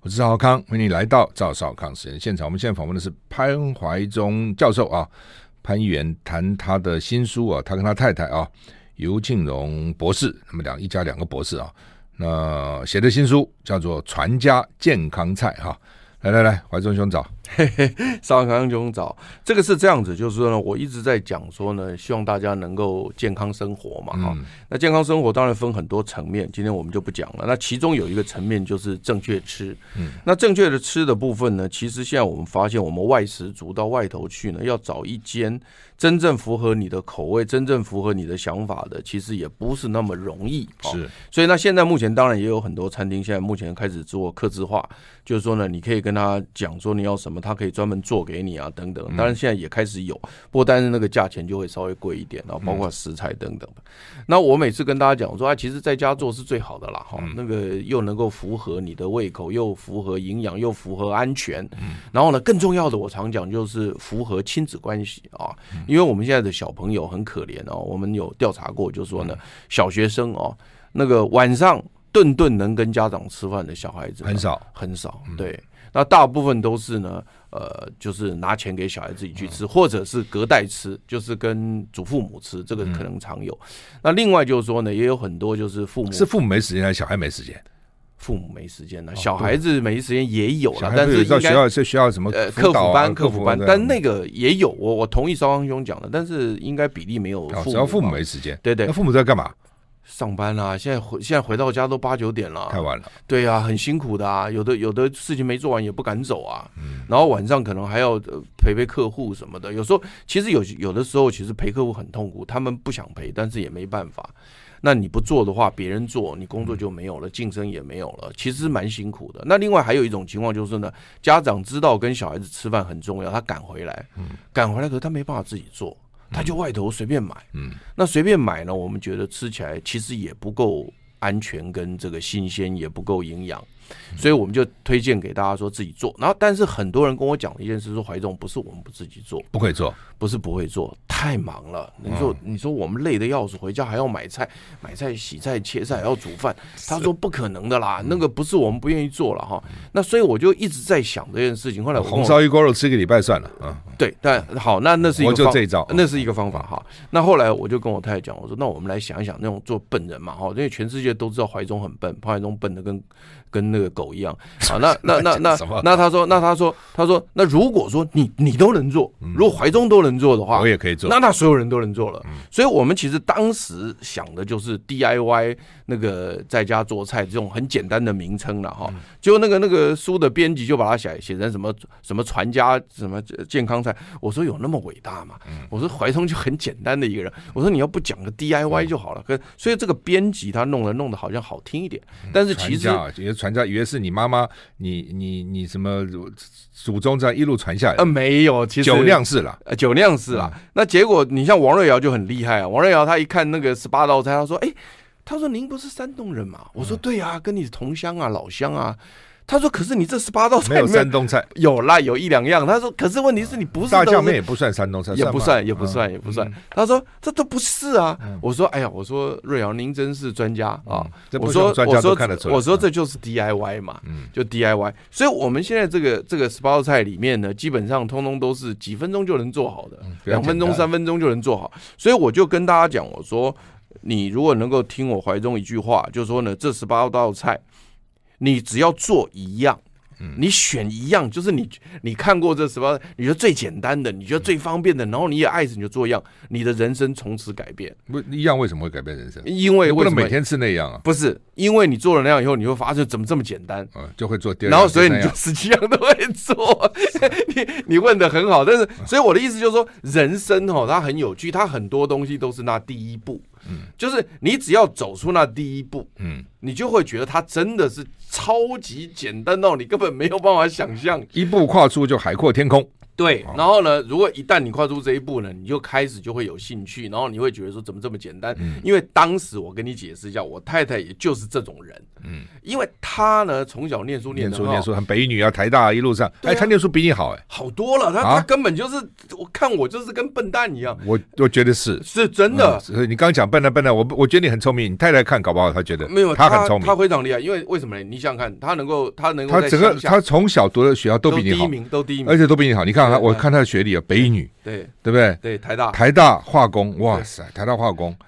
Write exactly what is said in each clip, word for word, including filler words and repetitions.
我是赵少康，欢迎你来到赵少康实验现场。我们现在访问的是潘怀宗教授啊，潘议员谈他的新书啊，他跟他太太啊尤庆荣博士，他们两一家两个博士啊，那写的新书叫做《传家健康菜》哈。来来来，怀宗兄早， 嘿嘿，少康兄早。这个是这样子，就是说呢，我一直在讲说呢，希望大家能够健康生活嘛，哈、嗯。那健康生活当然分很多层面，今天我们就不讲了。那其中有一个层面就是正确吃。嗯，那正确的吃的部分呢，其实现在我们发现，我们外食族到外头去呢，要找一间真正符合你的口味、真正符合你的想法的，其实也不是那么容易。 是， 所以那现在目前当然也有很多餐厅，现在目前开始做客制化，就是说呢，你可以跟他讲说你要什么，他可以专门做给你啊，等等。当然现在也开始有，不过但是那个价钱就会稍微贵一点，然后包括食材等等的。那我每次跟大家讲说啊，其实在家做是最好的啦，哈，那个又能够符合你的胃口，又符合营养，又符合安全。然后呢，更重要的我常讲就是符合亲子关系啊。因为我们现在的小朋友很可怜哦，我们有调查过，就是说呢，小学生哦，那个晚上顿顿能跟家长吃饭的小孩子很少很少，对，那大部分都是呢，呃，就是拿钱给小孩自己去吃，或者是隔代吃，就是跟祖父母吃，这个可能常有。那另外就是说呢，也有很多就是父母是父母没时间，还是小孩没时间？ 父母没时间了，小孩子没时间也有了， 但是应该学校是需要什么呃客服班、客服班，但那个也有，我我同意少康兄讲的，但是应该比例没有父母， 只要父母没时间， 对对， 那父母在干嘛？ 上班啦、啊，现在回现在回到家都八九点了， 太晚了。 对啊，很辛苦的啊，有的有的事情没做完也不敢走啊，嗯、然后晚上可能还要陪陪客户什么的。有时候其实有有的时候其实陪客户很痛苦，他们不想陪，但是也没办法。那你不做的话，别人做，你工作就没有了，晋升也没有了，其实蛮辛苦的。那另外还有一种情况就是呢，家长知道跟小孩子吃饭很重要，他赶回来，赶回来，可是他没办法自己做。他就外头随便买，嗯，那随便买呢，我们觉得吃起来其实也不够安全跟这个新鲜，也不够营养，所以我们就推荐给大家说自己做。然后，但是很多人跟我讲的一件事说，怀宗不是我们不自己做， 不会做， 不是不会做，太忙了。你说，你说我们累得要死，回家还要买菜、买菜、洗菜、切菜，还要煮饭。他说不可能的啦，那个不是我们不愿意做了哈。那所以我就一直在想这件事情。后来我红烧一锅肉吃个礼拜算了啊。 对，但好，那那是一个方，我就这一招， 那是一个方法哈。那后来我就跟我太太讲，我说那我们来想一想那种做笨人嘛哈，因为全世界都知道怀宗很笨，潘怀宗笨的跟跟那个狗一样。好，那那那那那他说，那他说他说那如果说你你都能做，如果怀宗都能做的话， 我也可以做， 那那所有人都能做了。所以我们其实当时想的就是 D I Y 那个在家做菜这种很简单的名称了哈。结果那个那个书的编辑就把它写写成什么什么传家什么健康菜。我说有那么伟大吗？我说怀宗就很简单的一个人。我说你要不讲个 D I Y 就好了。可所以这个编辑他弄了弄得好像好听一点，但是其实以为传家以为是你妈妈你你你什么祖宗这样一路传下来呃没有，其实酒酿式啦， 呃酒酿式啦。嗯、那结果你像王瑞瑶就很厉害啊，王瑞瑶他一看那个十八道菜，他说哎、欸，他说您不是山东人嘛？我说对啊，跟你同乡啊，老乡啊。他说：“可是你这十八道菜没有山东菜， 有啦，有一两样。”他说：“可是问题是你不是大酱面也不算山东菜， 也不算，也不算，也不算。嗯”他说：“这都不是啊。嗯”我说：“哎呀，我说瑞瑶，您真是专家啊！ 嗯、 我说， 专家都看得出来。 我说这就是 D I Y 嘛，嗯、就 D I Y。所以我们现在这个这个十八道菜里面呢，基本上通通都是几分钟就能做好的，两、嗯、分钟、三分钟就能做好。所以我就跟大家讲，我说你如果能够听我怀中一句话，就说呢，这十八道菜，你只要做一样。你选一样，就是你你看过这十八，你觉得最简单的，你觉得最方便的，然后你也爱吃，你就做一样，你的人生从此改变。 不一样为什么会改变人生？ 因为不能每天吃那样啊。 不是，因为你做了那样以后，你会发现怎么这么简单， 嗯、就会做第二样， 然后所以你就十七样都会做。你你问的很好，但是所以我的意思就是说，人生哦，它很有趣，它很多东西都是那第一步。嗯，就是你只要走出那第一步，嗯，你就会觉得它真的是超级简单到你根本没有办法想象， 一步跨出就海阔天空。 对，然后呢，如果一旦你跨出这一步呢，你就开始就会有兴趣，然后你会觉得说怎么这么简单？嗯、因为当时我跟你解释一下，我太太也就是这种人，嗯，因为她呢从小念书念念书念书，很北一女啊，台大一路上，哎、啊，她念书比你好哎、欸， 好多了，她、啊、她根本就是我看我就是跟笨蛋一样， 我我觉得是是真的。 嗯、你刚刚讲笨蛋笨蛋，我我觉得你很聪明，你太太看搞不好她觉得没有， 她很聪明， 她非常厉害，因为为什么呢？你想想看，她能够她能够她整个她从小读的学校都比你好， 都第一名，都第一名， 而且都比你好。你看我看她的学历啊，北一女。 对对不对？ 对，台大台大化工，哇塞，台大化工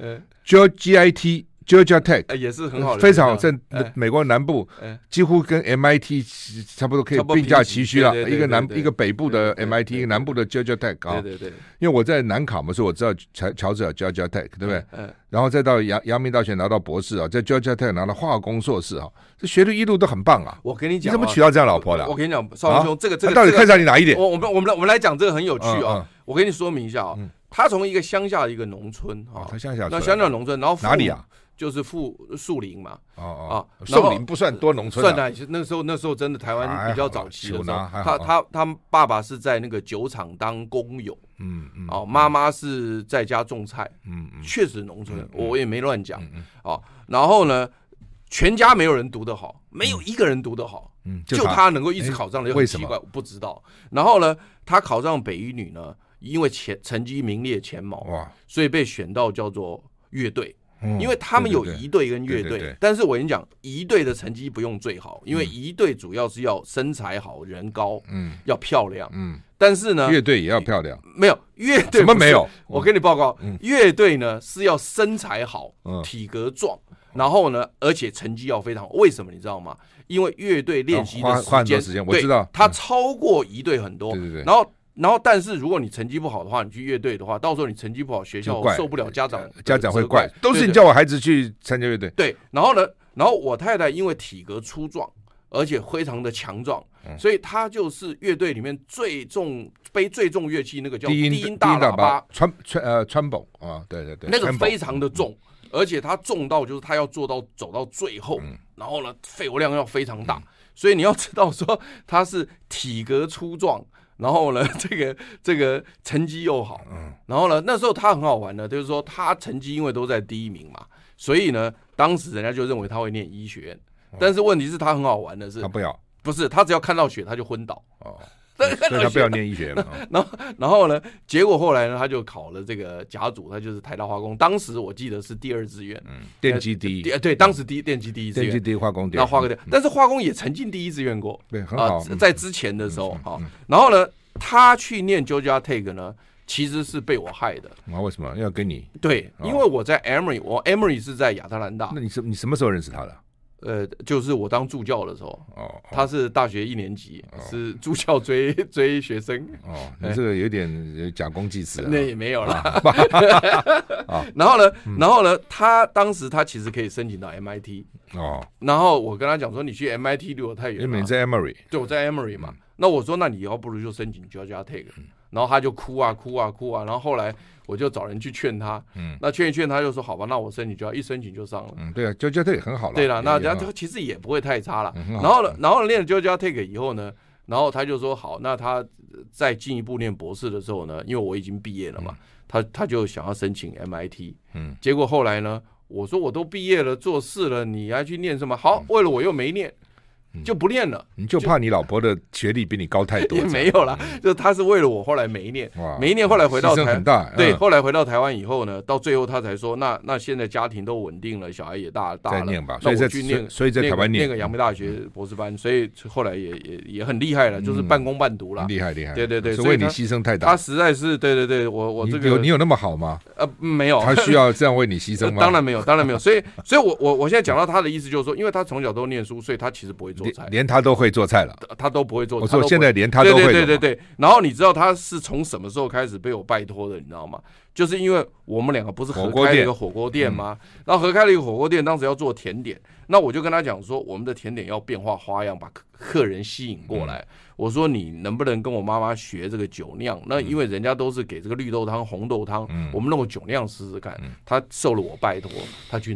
，G I T Georgia Tech 也是很好的， 非常好，在美国南部几乎跟 M I T 差不多可以并驾齐驱了。一个南一个北部的 M I T， 一个南部的 Georgia Tech 啊。 对对对， 因为我在南卡嘛，所以我知道乔乔治亚 Georgia Tech， 对不对？然后再到阳阳明大学拿到博士啊，在 Georgia Tech 拿到化工硕士啊，这学历一路都很棒啊。 我跟你讲， 你怎么娶到这样老婆的？ 我跟你讲，少龙兄，这个这个到底看上你哪一点？ 我我们我们来我们来讲这个很有趣啊。我跟你说明一下啊，他从一个乡下的一个农村啊， 他乡下那乡下农村，然后哪里啊？ 就是富树林嘛， 哦哦，树林不算多农村， 算的。那时候那时候真的台湾比较早期的时候，他他他爸爸是在那个酒厂当工友，嗯嗯，哦，妈妈是在家种菜，嗯嗯，确实农村，我也没乱讲，哦，然后呢，全家没有人读得好，没有一个人读得好，嗯，就他能够一直考上的，很奇怪，我不知道。然后呢，他考上北一女呢，因为前成绩名列前茅，哇，所以被选到叫做乐队。因为他们有仪队跟乐队，但是我跟你讲，仪队的成绩不用最好，因为仪队主要是要身材好、人高，嗯，要漂亮，嗯，但是呢， 乐队也要漂亮， 没有乐队什么没有？ 我跟你报告，乐队呢是要身材好、体格壮，然后呢，而且成绩要非常好。为什么你知道吗？因为乐队练习的时间， 时间我知道， 它超过仪队很多，对对对，然后。然后，但是如果你成绩不好的话，你去乐队的话，到时候你成绩不好，学校受不了，家长家长会怪，都是你叫我孩子去参加乐队。 对，然后呢，然后我太太因为体格粗壮，而且非常的强壮，嗯、所以她就是乐队里面最重背最重乐器那个叫低音大喇叭， 川川呃川宝啊，对对对， 那个非常的重，嗯、而且它重到就是它要做到走到最后，嗯、然后呢肺活量要非常大，嗯、所以你要知道说他是体格粗壮。然后呢，这个这个成绩又好，嗯，然后呢，那时候他很好玩的，就是说他成绩因为都在第一名嘛，所以呢，当时人家就认为他会念医学院，但是问题是他很好玩的是， 他不要， 不是他只要看到血他就昏倒，哦， 所以他不要念医学院嘛。 然后然后呢，结果后来呢，他就考了这个甲组，他就是台大化工，当时我记得是第二志愿，嗯， 电机第一， 对，当时第电机第一志愿， 电机第一，化工第一， 那化工第一，但是化工也曾经第一志愿过， 对，很好， 在之前的时候，好，然后呢。他去念 Georgia Tech 呢，其实是被我害的。 啊，为什么要跟你？ 对，因为我在 Emory， 我 Emory 是在亚特兰大。 那你是你什么时候认识他的？ 呃，就是我当助教的时候。哦，他是大学一年级，哦、是助教追追学生。 哦，你这个有点假公济私、啊。 那也没有啦。啊、然后呢，嗯、然后呢，他当时他其实可以申请到 M I T。哦。然后我跟他讲说，你去 M I T 离我太远了。 因为你在 Emory。 对，我在 Emory 嘛。嗯那我说，那你要不如就申请 Georgia Tech，、嗯、然后他就哭啊哭啊哭啊，然后后来我就找人去劝他，嗯，那劝一劝他就说好吧，那我申请就要一申请就上了， 嗯，对啊 ，Georgia Tech 很好了， 对了，那人家其实也不会太差了，嗯、然后呢，然后练了 Georgia Tech 以后呢，然后他就说好，那他再进一步念博士的时候呢，因为我已经毕业了嘛，嗯、他他就想要申请 M I T， 嗯，结果后来呢，我说我都毕业了做事了，你还去念什么？好，为了我又没念。就不练了， 你就怕你老婆的学历比你高太多？ 也没有啦，嗯、就他是为了我，后来没念，没念，后来回到台， 很大对， 嗯、 后来回到台湾以后呢，到最后他才说，那那现在家庭都稳定了，小孩也大大了， 再念吧，所以在去念， 所以在台湾念念个阳明大学博士班，所以后来也也也很厉害了，就是半工半读了， 厉害厉害， 对对对， 所以为你牺牲太大， 他实在是对对对，我我这个有你有那么好吗？ 呃，没有， 他需要这样为你牺牲吗？ 当然没有，当然没有，所以所以我我我现在讲到他的意思就是说，因为他从小都念书，所以他其实不会做菜， 连他都会。会做菜了， 他都不会做。 我说现在连他都会。 对对对对对。然后你知道他是从什么时候开始被我拜托的？你知道吗？就是因为我们两个不是合开了一个火锅店吗？然后合开了一个火锅店，当时要做甜点，那我就跟他讲说，我们的甜点要变化花样，把客人吸引过来。嗯、我说你能不能跟我妈妈学这个酒酿？那因为人家都是给这个绿豆汤、红豆汤，嗯、我们弄个酒酿试试看。嗯、他受了我拜托，他去弄了。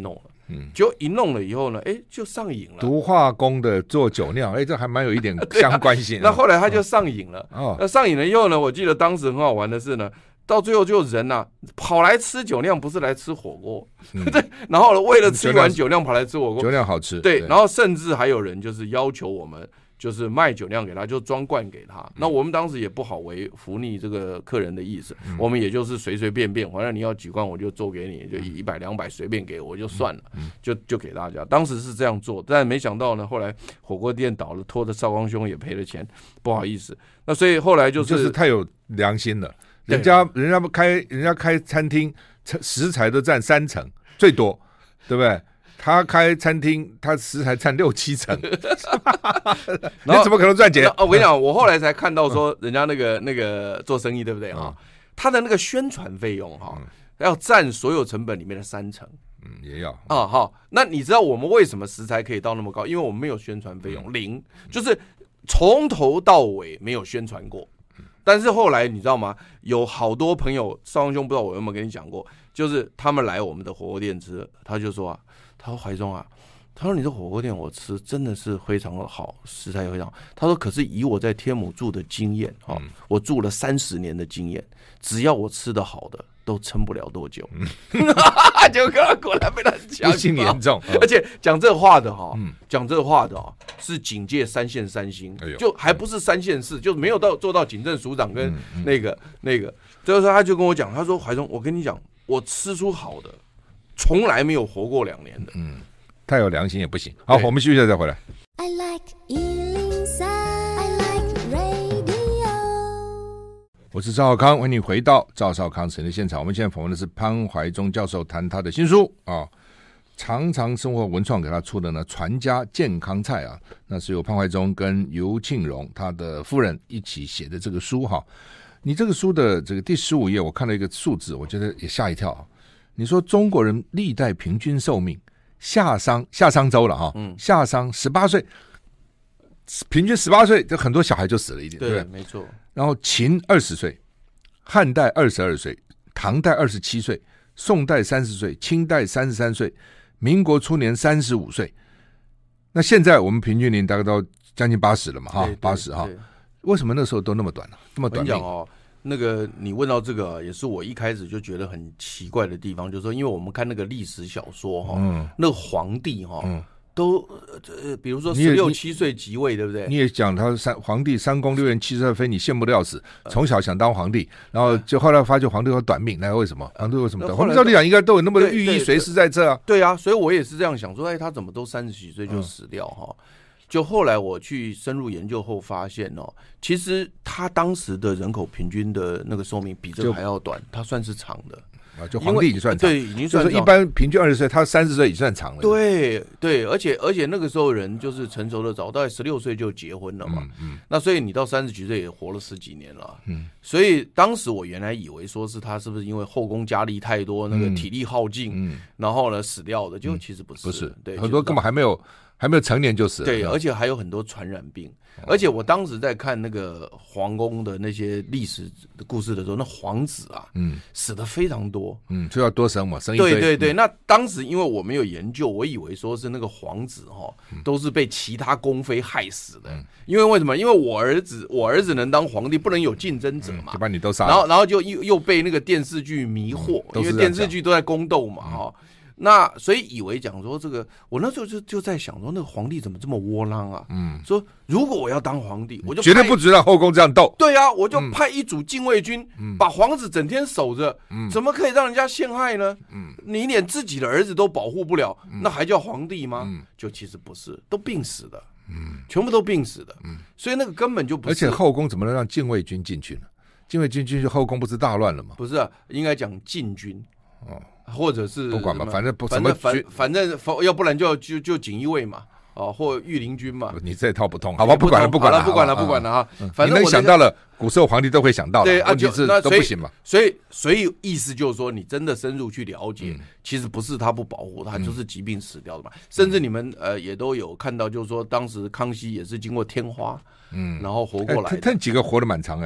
嗯，就一弄了以后呢，哎，就上瘾了。 毒化工的做酒酿，哎，这还蛮有一点相关性、啊。 那后来他就上瘾了。 哦， 那上瘾了以后呢，我记得当时很好玩的是呢，到最后就人呐、啊、跑来吃酒酿，不是来吃火锅，嗯、对。然后呢，为了吃一碗酒酿跑来吃火锅， 酒酿好吃。 对， 对， 然后甚至还有人就是要求我们。就是卖酒酿给他，就装罐给他。那我们当时也不好为服逆这个客人的意思，嗯、我们也就是随随便便，反正你要几罐我就做给你，就一百两百随便给我就算了，嗯、就就给大家。当时是这样做，但没想到呢，后来火锅店倒了，拖着少光兄也赔了钱，不好意思。那所以后来就是就是太有良心了，人家人家开人家开餐厅，食材都占三成最多，对不对？他开餐厅，他食材占六七成，你怎么可能赚钱？ 哦，我跟你讲，我后来才看到说，人家那个那个做生意，对不对哈？他的那个宣传费用哈，要占所有成本里面的三成。 嗯，也要啊。好，那你知道我们为什么食材可以到那么高？因为我们没有宣传费用，零，就是从头到尾没有宣传过。但是后来你知道吗？有好多朋友，少王兄不知道我有没有跟你讲过，就是他们来我们的火锅店吃，他就说啊。他说：“怀忠啊，他说你这火锅店我吃真的是非常的好，食材也非常好。他说可是以我在天母住的经验哈、嗯，我住了三十年的经验，只要我吃的好的，都撑不了多久。嗯、结果果然被他讲， 不幸严重。 而且讲这话的哈，讲、嗯、这话的哈，是警戒三线三星，哎、就还不是三线四，就没有到做到警政署长跟那个、嗯嗯、那个。所以说他就跟我讲，他说怀忠，我跟你讲，我吃出好的。”从来没有活过两年的， 嗯，太有良心也不行。好，我们休息一下再回来。I like 一零三 I like radio。我是赵少康，欢迎你回到赵少康神的现场。我们现在访问的是潘怀忠教授，谈他的新书啊，常常生活文创给他出的呢《传家健康菜》啊，那是由潘怀忠跟尤庆荣他的夫人一起写的这个书哈。你这个书的这个第十五页，我看了一个数字，我觉得也吓一跳。你说中国人历代平均寿命夏商夏商周了哈，嗯，夏商十八岁，平均十八岁，就很多小孩就死了一点，对不对？ 没错。 然后秦二十岁，汉代二十二岁，唐代二十七岁，宋代三十岁，清代三十三岁，民国初年三十五岁。那现在我们平均年龄大概到将近八十了嘛，哈，八十哈。为什么那时候都那么短呢、啊？这么短命？ 我跟你讲哦。那个你问到这个，也是我一开始就觉得很奇怪的地方，就是说，因为我们看那个历史小说哈、嗯，那个皇帝哈、嗯，都呃，比如说十六七岁即位，对不对？ 你也讲他三皇帝三宫六院七十二妃，你羡慕的要死，从小想当皇帝，然后就后来发觉皇帝会短命，那为什么？皇帝为什么短？皇帝照理讲应该都有那么多寓意随时在这啊。 对啊，所以我也是这样想说，哎，他怎么都三十几岁就死掉哈？嗯就后来我去深入研究后发现哦，其实他当时的人口平均的那个寿命比这个还要短，他算是长的啊。就皇帝已经算长， 对，已经算长。 就是一般平均二十岁，他三十岁已经算长了。 对对，而且而且那个时候人就是成熟的早，大概十六岁就结婚了嘛。嗯嗯。那所以你到三十几岁也活了十几年了。嗯。所以当时我原来以为说是他是不是因为后宫佳丽太多，那个体力耗尽，嗯，然后呢死掉的，就其实不是， 不是， 对， 很多根本还没有。还没有成年就死了， 对，而且还有很多传染病。而且我当时在看那个皇宫的那些历史的故事的时候，那皇子啊，嗯，死的非常多， 嗯，就要多生嘛，生一堆。 对对对，嗯、那当时因为我没有研究，我以为说是那个皇子哈、嗯，都是被其他宫妃害死的。嗯、因为为什么？因为我儿子，我儿子能当皇帝，不能有竞争者嘛， 嗯、就把你都杀了。 然后，然后就又又被那个电视剧迷惑，嗯、因为电视剧都在宫斗嘛，哈、嗯。那所以以为讲说这个，我那时候就就在想说，那个皇帝怎么这么窝囊啊？嗯，说如果我要当皇帝，我就绝对不准让后宫这样斗。 对啊，我就派一组禁卫军，嗯、把皇子整天守着，嗯、怎么可以让人家陷害呢？嗯，你连自己的儿子都保护不了，嗯、那还叫皇帝吗？嗯，就其实不是，都病死的，嗯，全部都病死的，嗯，所以那个根本就不是。 而且后宫怎么能让禁卫军进去呢？禁卫军进去，后宫不是大乱了吗？ 不是、啊，应该讲禁军。哦。或者是不管吧，反正不反正反反正要不然就就就锦衣卫嘛，哦，或御林军嘛。 你这套不通，好吧，不管了，不管了， 不管了，不管了哈。反正你能想到了，古时候皇帝都会想到的， 对啊， 问题是都不行嘛。 所以所以意思就是说，你真的深入去了解，其实不是他不保护他，就是疾病死掉的嘛。甚至你们呃也都有看到，就是说当时康熙也是经过天花，嗯，然后活过来。 他几个活得蛮长哎。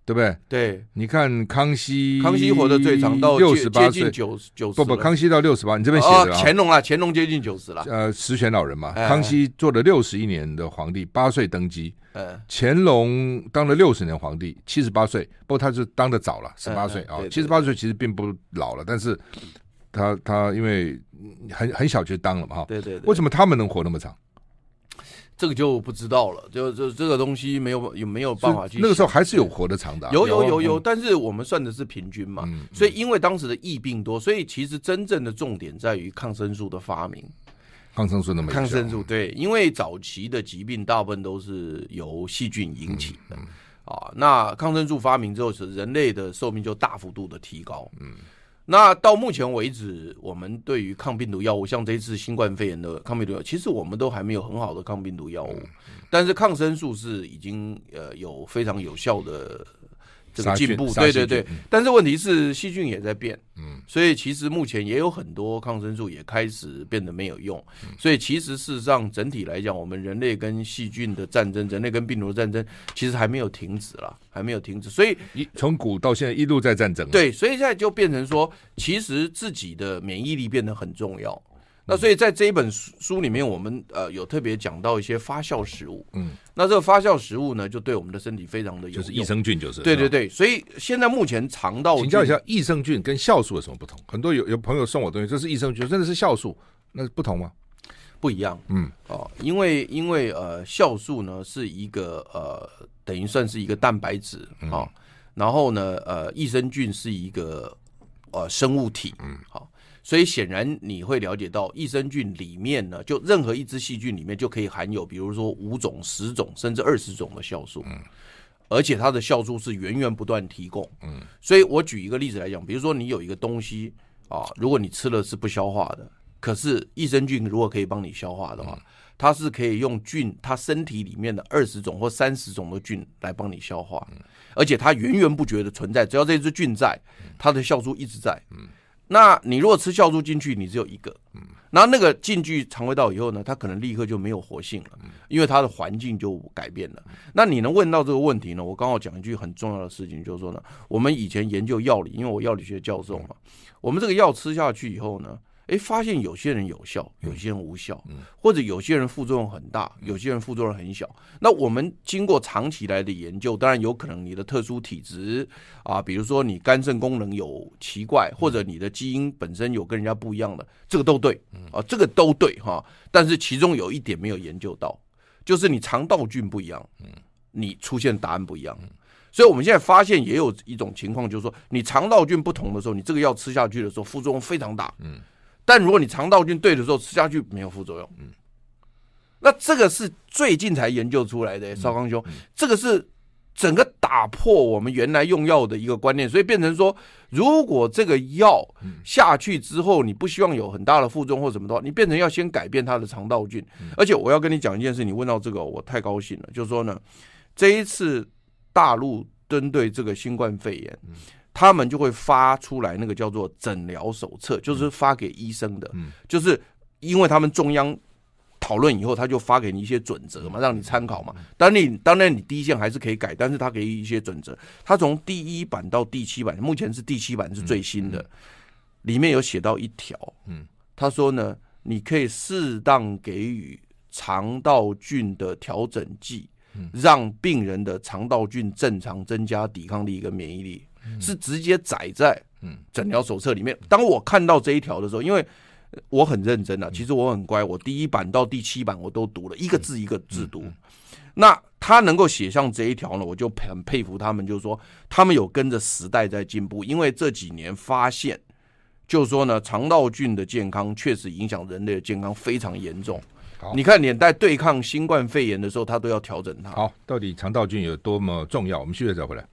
对不对？ 对， 你看康熙， 康熙活得最长，到六十八岁， 接近九九十。 不不，康熙到六十八，你这边写的、 哦、乾隆啊，乾隆接近九十了。 呃，十全老人嘛， 哎、 康熙做了六十一年的皇帝，八岁登基。 哎、 乾隆当了六十年皇帝，七十八岁，不过他是当得早了，十八岁啊，七十八岁其实并不老了，但是他他因为很很小就当了嘛，哈， 对对对， 为什么他们能活那么长？ 这个就不知道了，就就这个东西没有有没有办法去。 那个时候还是有活得长的、啊， 有有有有，但是我们算的是平均嘛， 嗯、 所以因为当时的疫病多，所以其实真正的重点在于抗生素的发明。 抗生素那么抗生素对，因为早期的疾病大部分都是由细菌引起的、嗯嗯、啊，那抗生素发明之后，是人类的寿命就大幅度的提高。嗯，那到目前为止，我们对于抗病毒药物，像这次新冠肺炎的抗病毒药物，其实我们都还没有很好的抗病毒药物，嗯嗯、但是抗生素是已经呃有非常有效的这个进步，对对对。但是问题是细菌也在变，嗯，所以其实目前也有很多抗生素也开始变得没有用，嗯、所以其实事实上整体来讲，我们人类跟细菌的战争，人类跟病毒的战争，其实还没有停止啦，还没有停止。所以从古到现在一路在战争， 对，所以现在就变成说，其实自己的免疫力变得很重要。那所以在这一本书里面，我们呃有特别讲到一些发酵食物，嗯，那这个发酵食物呢，就对我们的身体非常的有用， 就是益生菌，就是对对对，所以现在目前肠道菌， 请教一下，益生菌跟酵素有什么不同？很多有有朋友送我东西，这是益生菌，真的是酵素，那不同吗？ 不一样，嗯，哦，因为因为呃酵素呢是一个呃等于算是一个蛋白质啊、嗯哦，然后呢呃益生菌是一个呃生物体，嗯，好、哦。所以显然你会了解到，益生菌里面呢，就任何一支细菌里面就可以含有，比如说五种、十种甚至二十种的酵素，嗯，而且它的酵素是源源不断提供，嗯，所以我举一个例子来讲，比如说你有一个东西啊，如果你吃了是不消化的，可是益生菌如果可以帮你消化的话，嗯、它是可以用菌，它身体里面的二十种或三十种的菌来帮你消化，嗯、而且它源源不绝的存在，只要这只菌在，它的酵素一直在，嗯。那你如果吃酵素进去，你只有一个，嗯，然后那个进去肠胃道以后呢，它可能立刻就没有活性了，因为它的环境就改变了。那你能问到这个问题呢？我刚好讲一句很重要的事情，就是说呢，我们以前研究药理，因为我药理学教授嘛，我们这个药吃下去以后呢，哎，发现有些人有效，有些人无效，或者有些人副作用很大，有些人副作用很小。那我们经过长期来的研究，当然有可能你的特殊体质啊，比如说你肝肾功能有奇怪，或者你的基因本身有跟人家不一样的，这个都对啊，这个都对哈。但是其中有一点没有研究到，就是你肠道菌不一样，你出现答案不一样。所以我们现在发现也有一种情况，就是说你肠道菌不同的时候，你这个药吃下去的时候副作用非常大，嗯。但如果你肠道菌对的时候吃下去没有副作用，嗯，那这个是最近才研究出来的，邵康兄，嗯、这个是整个打破我们原来用药的一个观念，所以变成说，如果这个药下去之后，你不希望有很大的副作用或什么的话，你变成要先改变它的肠道菌。嗯、而且我要跟你讲一件事，你问到这个，我太高兴了，就是说呢，这一次大陆针对这个新冠肺炎。嗯他们就会发出来那个叫做诊疗手册，就是发给医生的，嗯、就是因为他们中央讨论以后，他就发给你一些准则嘛，让你参考嘛。当然你当然你第一项还是可以改，但是他给一些准则。他从第一版到第七版，目前是第七版是最新的，嗯、里面有写到一条，嗯，他说呢，你可以适当给予肠道菌的调整剂，嗯、让病人的肠道菌正常增加抵抗力跟免疫力。是直接载在诊疗手册里面。当我看到这一条的时候，因为我很认真啊，其实我很乖，我第一版到第七版我都读了，一个字一个字读。那他能够写上这一条呢，我就很佩服他们，就是说他们有跟着时代在进步。因为这几年发现，就是说呢，肠道菌的健康确实影响人类的健康非常严重。你看，连在对抗新冠肺炎的时候，他都要调整它。 好，到底肠道菌有多么重要？我们续着再回来。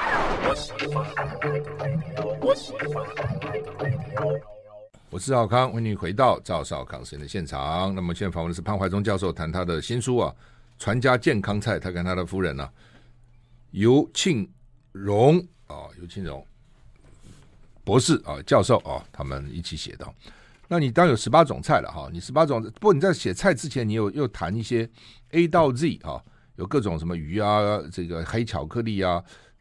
我是赵康，欢迎回到赵少康时间的现场。那么现在访问的是潘怀宗教授，谈他的新书啊，《传家健康菜》，他跟他的夫人啊，尤庆荣啊，尤庆荣博士啊，教授啊，他们一起写的。那你当然有十八种菜了哈，你十八种，不过你在写菜之前，你有又谈一些 A 到 Z 啊，有各种什么鱼啊，这个黑巧克力啊。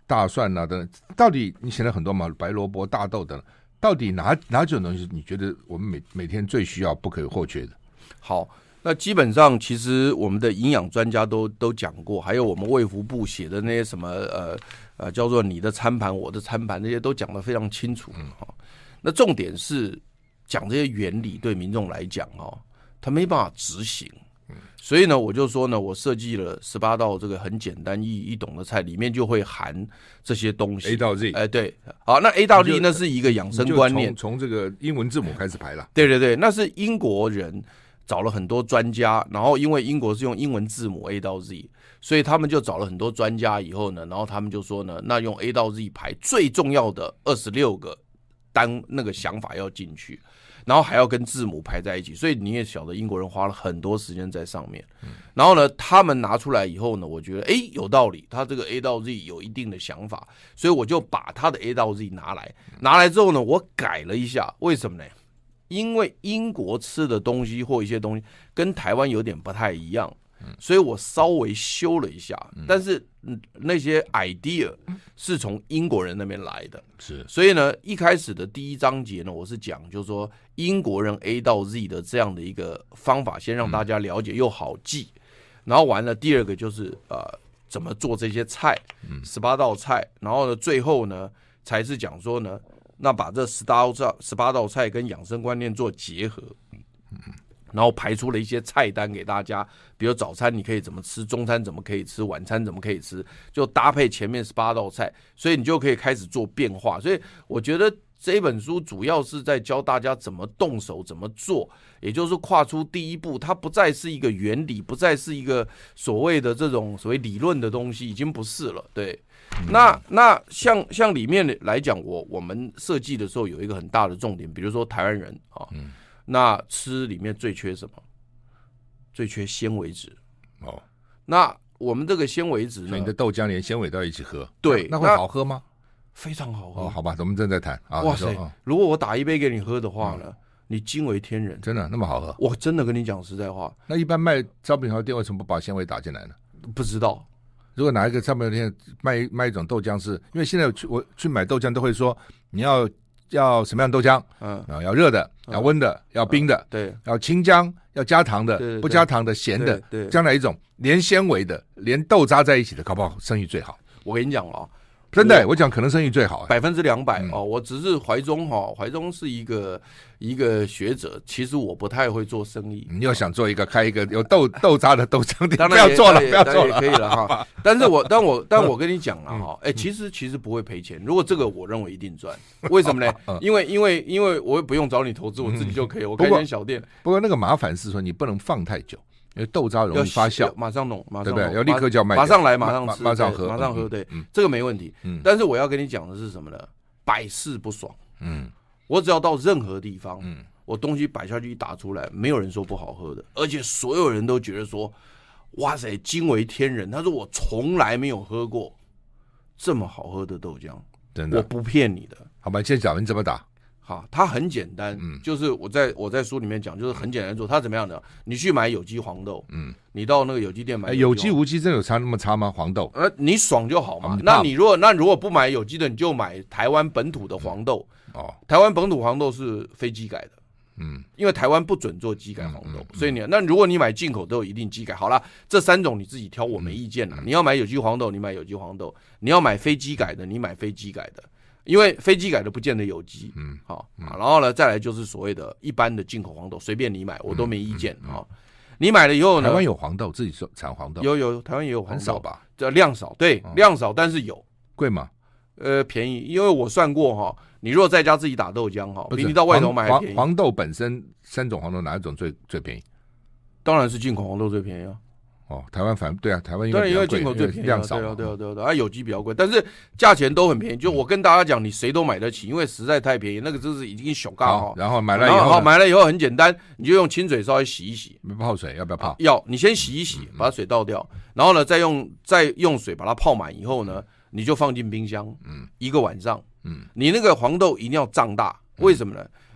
大蒜啊等等，到底你写了很多嘛，白萝卜、大豆等等，到底哪哪几种东西你觉得我们每每天最需要、不可或缺的？ 好。那基本上，其实我们的营养专家都都讲过，还有我们卫福部写的那些什么呃呃叫做你的餐盘、我的餐盘，那些都讲得非常清楚。嗯，那重点是讲这些原理对民众来讲哦，他没办法执行。所以呢，我就说呢，我设计了十八道这个很简单易易懂的菜，里面就会含这些东西 A 到 Z。 哎、呃，对，好，那 A 到 Z 那是一个养生观念， 从这个英文字母开始排了。 对对对，那是英国人找了很多专家，然后因为英国是用英文字母 A 到 Z， 所以他们就找了很多专家以后呢，然后他们就说呢，那用 A 到 Z 排最重要的二十六个单那个想法要进去。然后还要跟字母排在一起，所以你也晓得英国人花了很多时间在上面。然后呢，他们拿出来以后呢，我觉得哎有道理，他这个 A 到 Z 有一定的想法，所以我就把他的 A 到 Z 拿来，拿来之后呢，我改了一下，为什么呢？因为英国吃的东西或一些东西跟台湾有点不太一样，所以我稍微修了一下，但是那些 idea 是从英国人那边来的， 是， 所以呢，一开始的第一章节呢，我是讲就是说英国人 A 到 Z 的这样的一个方法，先让大家了解又好记，然后完了第二个就是呃怎么做这些菜，十八道菜，然后呢最后呢才是讲说呢，那把这十八道十八道菜跟养生观念做结合。然后排出了一些菜单给大家，比如早餐你可以怎么吃，中餐怎么可以吃，晚餐怎么可以吃，就搭配前面十八道菜，所以你就可以开始做变化。所以我觉得这本书主要是在教大家怎么动手，怎么做，也就是跨出第一步，它不再是一个原理，不再是一个所谓的这种所谓理论的东西，已经不是了。对，那那像像里面来讲，我我们设计的时候有一个很大的重点，比如说台湾人啊。嗯，那吃里面最缺什么？最缺纤维质。哦，那我们这个纤维质呢？ 所以你的豆浆连纤维都要一起喝， 对， 那会好喝吗？ 非常好喝。 哦，好吧，我们正在谈啊。 哇塞， 哦、 如果我打一杯给你喝的话呢，嗯、你惊为天人， 真的那么好喝？ 我真的跟你讲实在话。 那一般卖烧饼条店为什么不把纤维打进来呢？ 不知道。 如果哪一个烧饼条店卖卖一种豆浆是，因为现在去我去买豆浆都会说你要。要什么样的豆浆？嗯，然后要热的，要温的，要冰的， 对， 要清浆，要加糖的， 对对对， 不加糖的，咸的， 对， 将来一种连纤维的，连豆渣在一起的，搞不好生意最好。 我跟你讲哦， 真的，我讲可能生意最好， 百分之两百哦。我只是怀中哈，怀中是一个一个学者，其实我不太会做生意。 你要想做一个开一个有豆豆渣的豆浆店， 当然不要做了，不要做了， 可以了哈。但是我但我但我跟你讲了哈，哎，其实其实不会赔钱。如果这个我认为一定赚，为什么呢？因为因为因为我也不用找你投资，我自己就可以，我开间小店。 不过那个麻烦是说你不能放太久。因为豆渣容易发酵， 马上弄，马上对不对？要立刻就要卖， 马上来，马上吃， 马上喝， 马上喝，对，这个没问题。但是我要跟你讲的是什么呢？百试不爽。嗯，我只要到任何地方，嗯，我东西摆下去一打出来，没有人说不好喝的，而且所有人都觉得说，哇塞，惊为天人。他说我从来没有喝过这么好喝的豆浆， 真的， 我不骗你的。 好吧，现在讲你怎么打？ 好，它很简单，嗯，就是我在我在书里面讲，就是很简单做。它怎么样的？你去买有机黄豆，嗯，你到那个有机店买有机、 欸、有机无机真的有差那么差吗？黄豆？ 呃，你爽就好嘛。那你如果那如果不买有机的，你就买台湾本土的黄豆。嗯、哦，台湾本土黄豆是非机改的，嗯，因为台湾不准做机改黄豆，嗯嗯嗯、所以你那如果你买进口都有一定机改。好啦，这三种你自己挑，我没意见啦。嗯、你要买有机黄豆，你买有机黄豆；你要买非机改的，你买非机改的。因为非机改的不见得有机，嗯，好、嗯，然后呢，再来就是所谓的一般的进口黄豆，随便你买，我都没意见啊、嗯嗯嗯。你买了以后呢？ 台湾有黄豆，自己产黄豆， 有有，台湾也有黄豆， 很少吧？ 这量少，对，嗯、量少，但是有。 贵吗？ 呃，便宜，因为我算过哈，你如果在家自己打豆浆哈，比你到外头买还便宜。 黄, 黄豆本身三种黄豆哪一种最最便宜？ 当然是进口黄豆最便宜啊。 哦，台湾反对啊，台湾因为因为进口最便宜， 量少， 对啊对啊对啊对啊，啊有机比较贵，但是价钱都很便宜。就我跟大家讲，你谁都买得起，因为实在太便宜，那个就是已经小嘎哈。 然后买了以后， 好买了以后很简单，你就用清水稍微洗一洗， 泡水要不要泡？ 要，你先洗一洗，把水倒掉，然后呢再用再用水把它泡满以后呢，你就放进冰箱，嗯，一个晚上，嗯，你那个黄豆一定要胀大，为什么呢？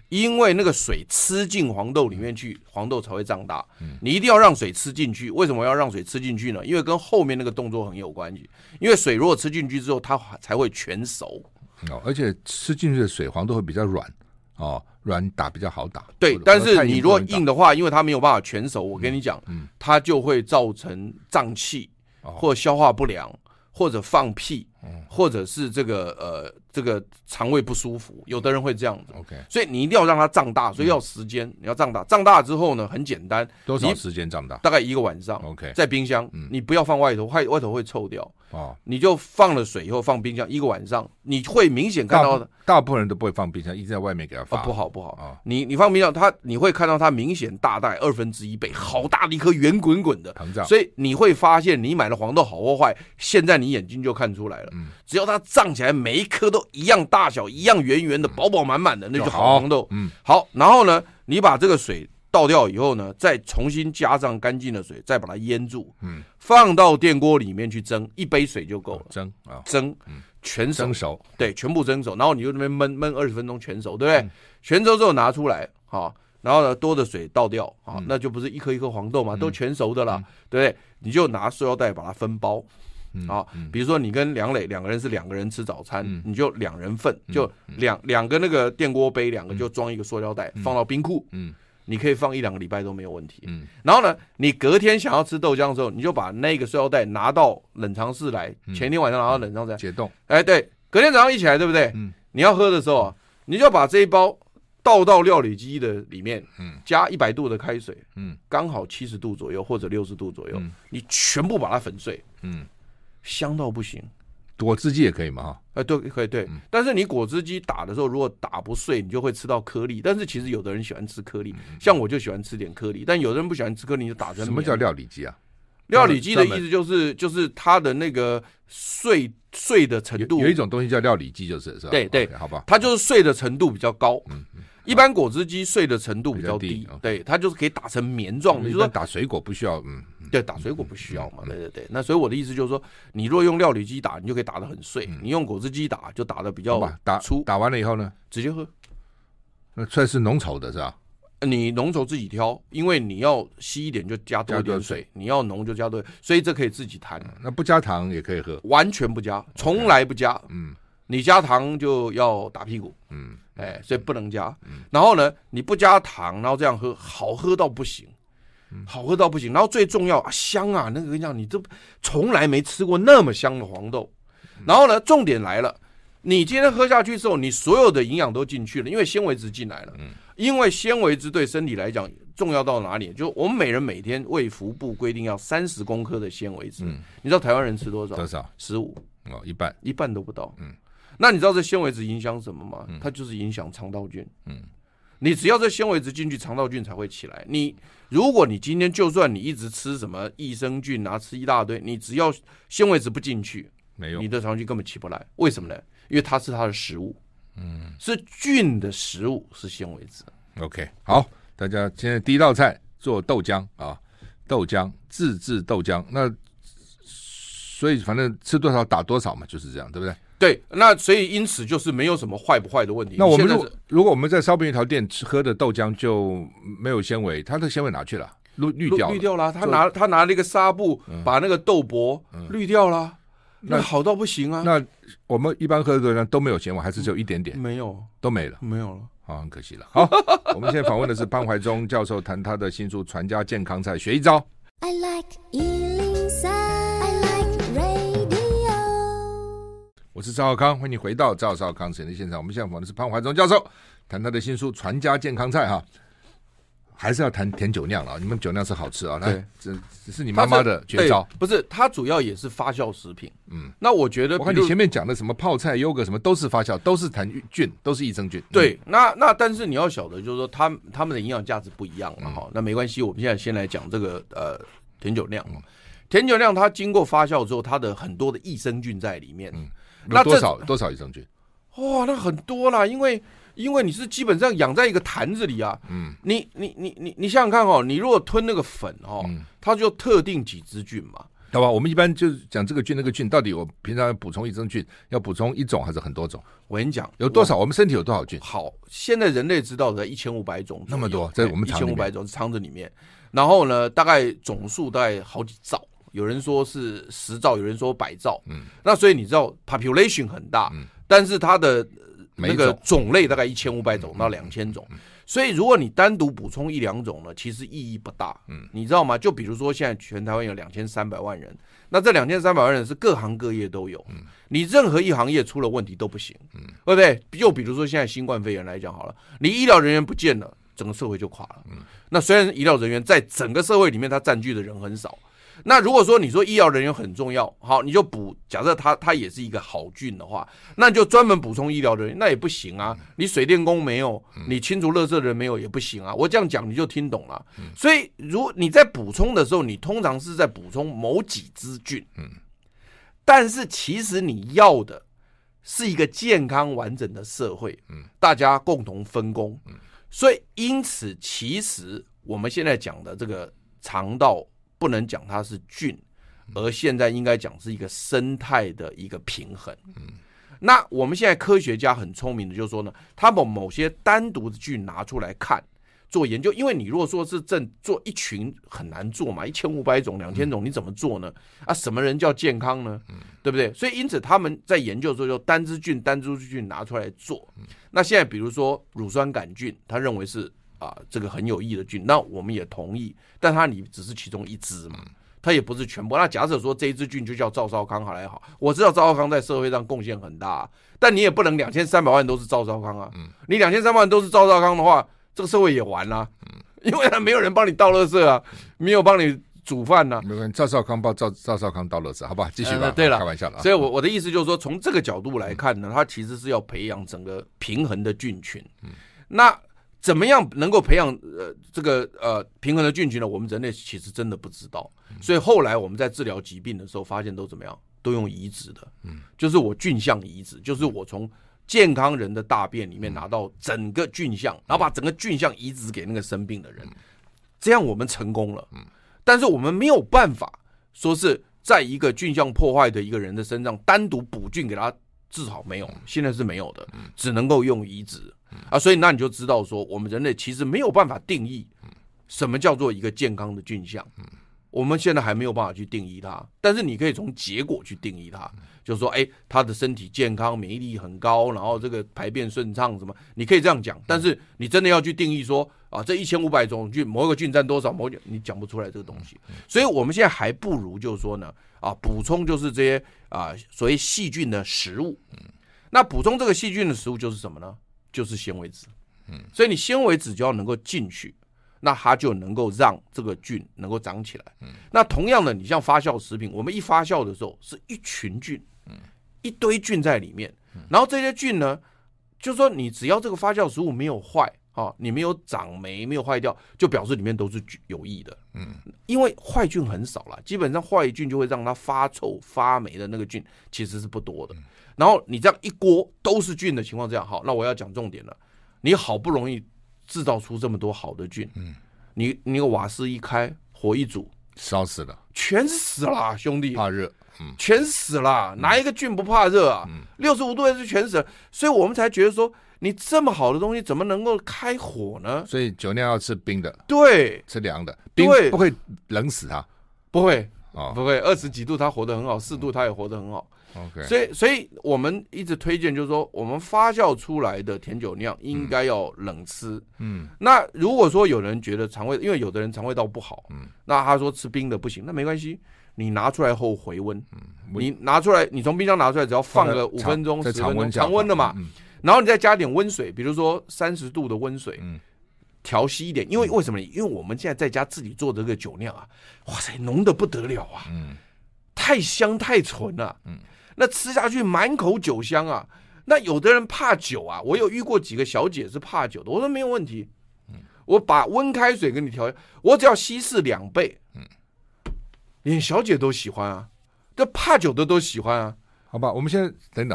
因为那个水吃进黄豆里面去，黄豆才会胀大。嗯、你一定要让水吃进去。为什么要让水吃进去呢？因为跟后面那个动作很有关系。因为水如果吃进去之后，它才会全熟。 哦，而且吃进去的水，黄豆会比较软。哦，软打比较好打。 对，但是你如果硬的话，因为它没有办法全熟，我跟你讲，嗯嗯、它就会造成胀气，哦、或消化不良，或者放屁。嗯、或者是这个呃这个肠胃不舒服，有的人会这样子。OK， 所以你一定要让它胀大，所以要时间，嗯、你要胀大。胀大之后呢，很简单， 多少时间胀大？大概一个晚上。OK， 在冰箱，嗯、你不要放外头，外外头会臭掉。 哦， 你就放了水以后放冰箱一个晚上，你会明显看到大，大部分人都不会放冰箱，一直在外面给它放。 啊、不好不好，哦、你你放冰箱，它你会看到它明显大概二分之一倍，好大的一颗圆滚滚的膨胀， 所以你会发现你买的黄豆好或坏，现在你眼睛就看出来了。嗯、只要它胀起来，每一颗都一样大小，一样圆圆的，饱饱满满的，那就好黄豆。嗯，好，然后呢，你把这个水倒掉以后呢，再重新加上干净的水，再把它腌住，嗯，放到电锅里面去蒸，一杯水就够了。 蒸啊， 蒸，嗯，全熟， 蒸熟， 对，全部蒸熟，然后你就那边焖焖二十分钟，全熟，对不对？嗯、全熟之后拿出来，好，然后呢，多的水倒掉，啊，嗯、那就不是一颗一颗黄豆嘛，嗯、都全熟的啦，嗯、对不对？你就拿塑料袋把它分包。嗯、啊，比如说你跟梁磊两个人是两个人吃早餐，嗯、你就两人份，嗯、就两两个那个电锅杯，两个就装一个塑料袋，嗯、放到冰库，嗯，你可以放一两个礼拜都没有问题。嗯，然后呢，你隔天想要吃豆浆的时候，你就把那个塑料袋拿到冷藏室来，嗯、前天晚上拿到冷藏室来解冻， 哎，对，隔天早上一起来，对不对？嗯，你要喝的时候啊，你就把这一包倒到料理机的里面，嗯，加一百度的开水，嗯，刚好七十度左右或者六十度左右，嗯、你全部把它粉碎，嗯。香到不行， 果汁机也可以嘛？哈， 呃，对，可以对。嗯、但是你果汁机打的时候，如果打不碎，你就会吃到颗粒。但是其实有的人喜欢吃颗粒，嗯、像我就喜欢吃点颗粒。但有的人不喜欢吃颗粒，就打成。 什么叫料理机啊？ 料理机的意思就是就是它的那个碎碎的程度。 有, 有一种东西叫料理机，就是是吧？ 对对， okay, 好吧， 它就是碎的程度比较高。嗯嗯。一般果汁机碎的程度比较低，比较低对，它就是可以打成绵状的。就是说打水果不需要，嗯， 对，打水果不需要嘛，嗯、对对对。那所以我的意思就是说，你如果用料理机打，你就可以打得很碎；嗯、你用果汁机打，就打得比较粗。 打, 打完了以后呢， 直接喝。 那算是浓稠的是吧？ 你浓稠自己挑，因为你要稀一点就加多一点水，你要浓就加多，所以这可以自己弹、 嗯。那不加糖也可以喝？ 完全不加，从来不加。嗯。你加糖就要打屁股，嗯，哎，所以不能加。嗯、然后呢，你不加糖，然后这样喝，好喝到不行，嗯、好喝到不行。然后最重要，啊、香啊！那个跟你讲，你这从来没吃过那么香的黄豆。嗯、然后呢，重点来了，你今天喝下去之后，你所有的营养都进去了，因为纤维质进来了。嗯、因为纤维质对身体来讲重要到哪里？就我们每人每天卫福部规定要三十公克的纤维质，嗯、你知道台湾人吃多少？ 多少？ 十五哦，一半， 一半都不到。嗯。那你知道这纤维质影响什么吗？它就是影响肠道菌。嗯，你只要这纤维质进去，肠道菌才会起来。你如果你今天就算你一直吃什么益生菌啊，吃一大堆，你只要纤维质不进去， 没用， 你的肠道菌根本起不来。为什么呢？因为它是它的食物，嗯，是菌的食物，是纤维质。 OK， 好，大家现在第一道菜做豆浆啊，豆浆自制豆浆，那所以反正吃多少打多少嘛，就是这样，对不对？ 对，那所以因此就是没有什么坏不坏的问题。 那我们如果如果我们在烧饼一条店吃喝的豆浆就没有纤维，它的纤维哪去了？滤滤掉了， 滤掉了。他拿他拿那个纱布把那个豆粕滤掉了，嗯、那好到不行啊。 那我们一般喝的豆浆都没有纤维，还是只有一点点？ 没有， 都没了， 没有了。 好，很可惜了。好，我们现在访问的是潘怀宗教授，谈他的新书《传家健康菜》，学一招。I like 一零三。我是赵少康，欢迎你回到赵少康时间的现场。我们现在访问的是潘怀宗教授，谈他的新书《传家健康菜》哈，还是要谈甜酒酿了。你们酒酿是好吃啊，对，这只是你妈妈的绝招。 不是，它主要也是发酵食品。嗯，那我觉得， 我看你前面讲的什么泡菜、优格什么都是发酵，都是含菌，都是益生菌。 对，嗯、那那但是你要晓得，就是说它它们的营养价值不一样嘛哈。嗯、那没关系，我们现在先来讲这个呃甜酒酿。嗯、甜酒酿它经过发酵之后，它的很多的益生菌在里面。嗯， 那多少多少益生菌？ 哇，那很多啦，因为因为你是基本上养在一个坛子里啊，嗯，你你你你你想想看哦，你如果吞那个粉哦，嗯、它就特定几支菌嘛， 好吧？我们一般就是讲这个菌那个菌，到底我平常要补充益生菌，要补充一种还是很多种？ 我跟你讲， 有多少？我们身体有多少菌？ 好，现在人类知道的一千五百种， 那么多，在我们一千五百种肠子里面。然后呢，大概总数大概好几兆，有人说是十兆，有人说百兆。嗯，那所以你知道 population 很大，嗯、但是它的那个种类大概一千五百种到两千种。嗯嗯所以，如果你单独补充一两种呢，其实意义不大。嗯，你知道吗？就比如说，现在全台湾有两千三百万人，那这两千三百万人是各行各业都有。嗯，你任何一行业出了问题都不行。嗯，对不对？就比如说现在新冠肺炎来讲好了，你医疗人员不见了，整个社会就垮了。嗯，那虽然医疗人员在整个社会里面，它占据的人很少。那如果说你说医疗人员很重要，好，你就补，假设他他也是一个好菌的话，那你就专门补充医疗人员，那也不行啊。你水电工没有，你清除垃圾的人没有也不行啊。我这样讲你就听懂了。所以如你在补充的时候，你通常是在补充某几支菌，但是其实你要的是一个健康完整的社会，大家共同分工。所以因此，其实我们现在讲的这个肠道。不能讲它是菌，而现在应该讲是一个生态的一个平衡。嗯，那我们现在科学家很聪明的，就是说呢，他把某些单独的菌拿出来看做研究，因为你如果说是正做一群很难做嘛，一千五百种、两千种，你怎么做呢？啊，什么人叫健康呢？嗯，对不对？所以因此他们在研究的时候，就单支菌、单支菌拿出来做。那现在比如说乳酸杆菌，他认为是。啊，这个很有益的菌，那我们也同意，但它你只是其中一支嘛，它也不是全部。那假设说这一支菌就叫赵少康好来好，我知道赵少康在社会上贡献很大、啊，但你也不能两千三百万都是赵少康啊。嗯、你两千三百万都是赵少康的话，这个社会也完了、啊，嗯、因为没有人帮你倒垃圾啊，没有帮你煮饭呢、啊。 没关系，赵少康帮赵赵少康倒垃圾，好吧，继续吧。呃、 对了， 开玩笑了。 所以我我的意思就是说，从这个角度来看呢，它其实是要培养整个平衡的菌群。嗯、那。怎么样能够培养呃这个呃平衡的菌群呢？我们人类其实真的不知道，所以后来我们在治疗疾病的时候，发现都怎么样？都用移植的，嗯，就是我菌相移植，就是我从健康人的大便里面拿到整个菌相，然后把整个菌相移植给那个生病的人，这样我们成功了。但是我们没有办法说是在一个菌相破坏的一个人的身上单独补菌给他治好，没有，现在是没有的，只能够用移植。啊，所以那你就知道说，我们人类其实没有办法定义什么叫做一个健康的菌相，我们现在还没有办法去定义它，但是你可以从结果去定义它，就是说，哎，他的身体健康，免疫力很高，然后这个排便顺畅，什么，你可以这样讲，但是你真的要去定义说，啊，这一千五百种菌，某一个菌占多少，某你讲不出来这个东西，所以我们现在还不如就是说呢，啊，补充就是这些啊所谓细菌的食物，那补充这个细菌的食物就是什么呢？就是纤维质，嗯，所以你纤维质就要能够进去，那它就能够让这个菌能够长起来。嗯，那同样的，你像发酵食品，我们一发酵的时候是一群菌，嗯，一堆菌在里面，然后这些菌呢，就是说你只要这个发酵食物没有坏，哦，你没有长霉，没有坏掉，就表示里面都是有益的。嗯，因为坏菌很少啦，基本上坏菌就会让它发臭发霉的那个菌其实是不多的。然后你这样一锅都是菌的情况下，好，那我要讲重点了。你好不容易制造出这么多好的菌，嗯，你你个瓦斯一开，火一煮， 烧死了， 全死了，兄弟， 怕热，嗯， 全死了，哪一个菌不怕热啊？六十五度也是全死了，所以我们才觉得说，你这么好的东西怎么能够开火呢？ 所以酒酿要吃冰的， 对， 吃凉的，冰不会冷死它， 不会，哦，不会，二十几度它活得很好，四度它也活得很好。 Okay. 所以，所以我们一直推荐，就是说，我们发酵出来的甜酒酿应该要冷吃。嗯，那如果说有人觉得肠胃，因为有的人肠胃道不好，嗯，那他说吃冰的不行，那没关系，你拿出来后回温，嗯，你拿出来，你从冰箱拿出来，只要放个五分钟、十分钟，常温的嘛，嗯，然后你再加点温水，比如说三十度的温水，嗯，调稀一点，因为为什么？因为我们现在在家自己做这个酒酿啊，哇塞，浓得不得了啊，嗯，太香太纯了，嗯。那吃下去满口酒香啊！那有的人怕酒啊，我有遇过几个小姐是怕酒的，我说没有问题，我把温开水给你调，我只要稀释两倍，连小姐都喜欢啊，这怕酒的都喜欢啊。 好吧，我们现在等等啊，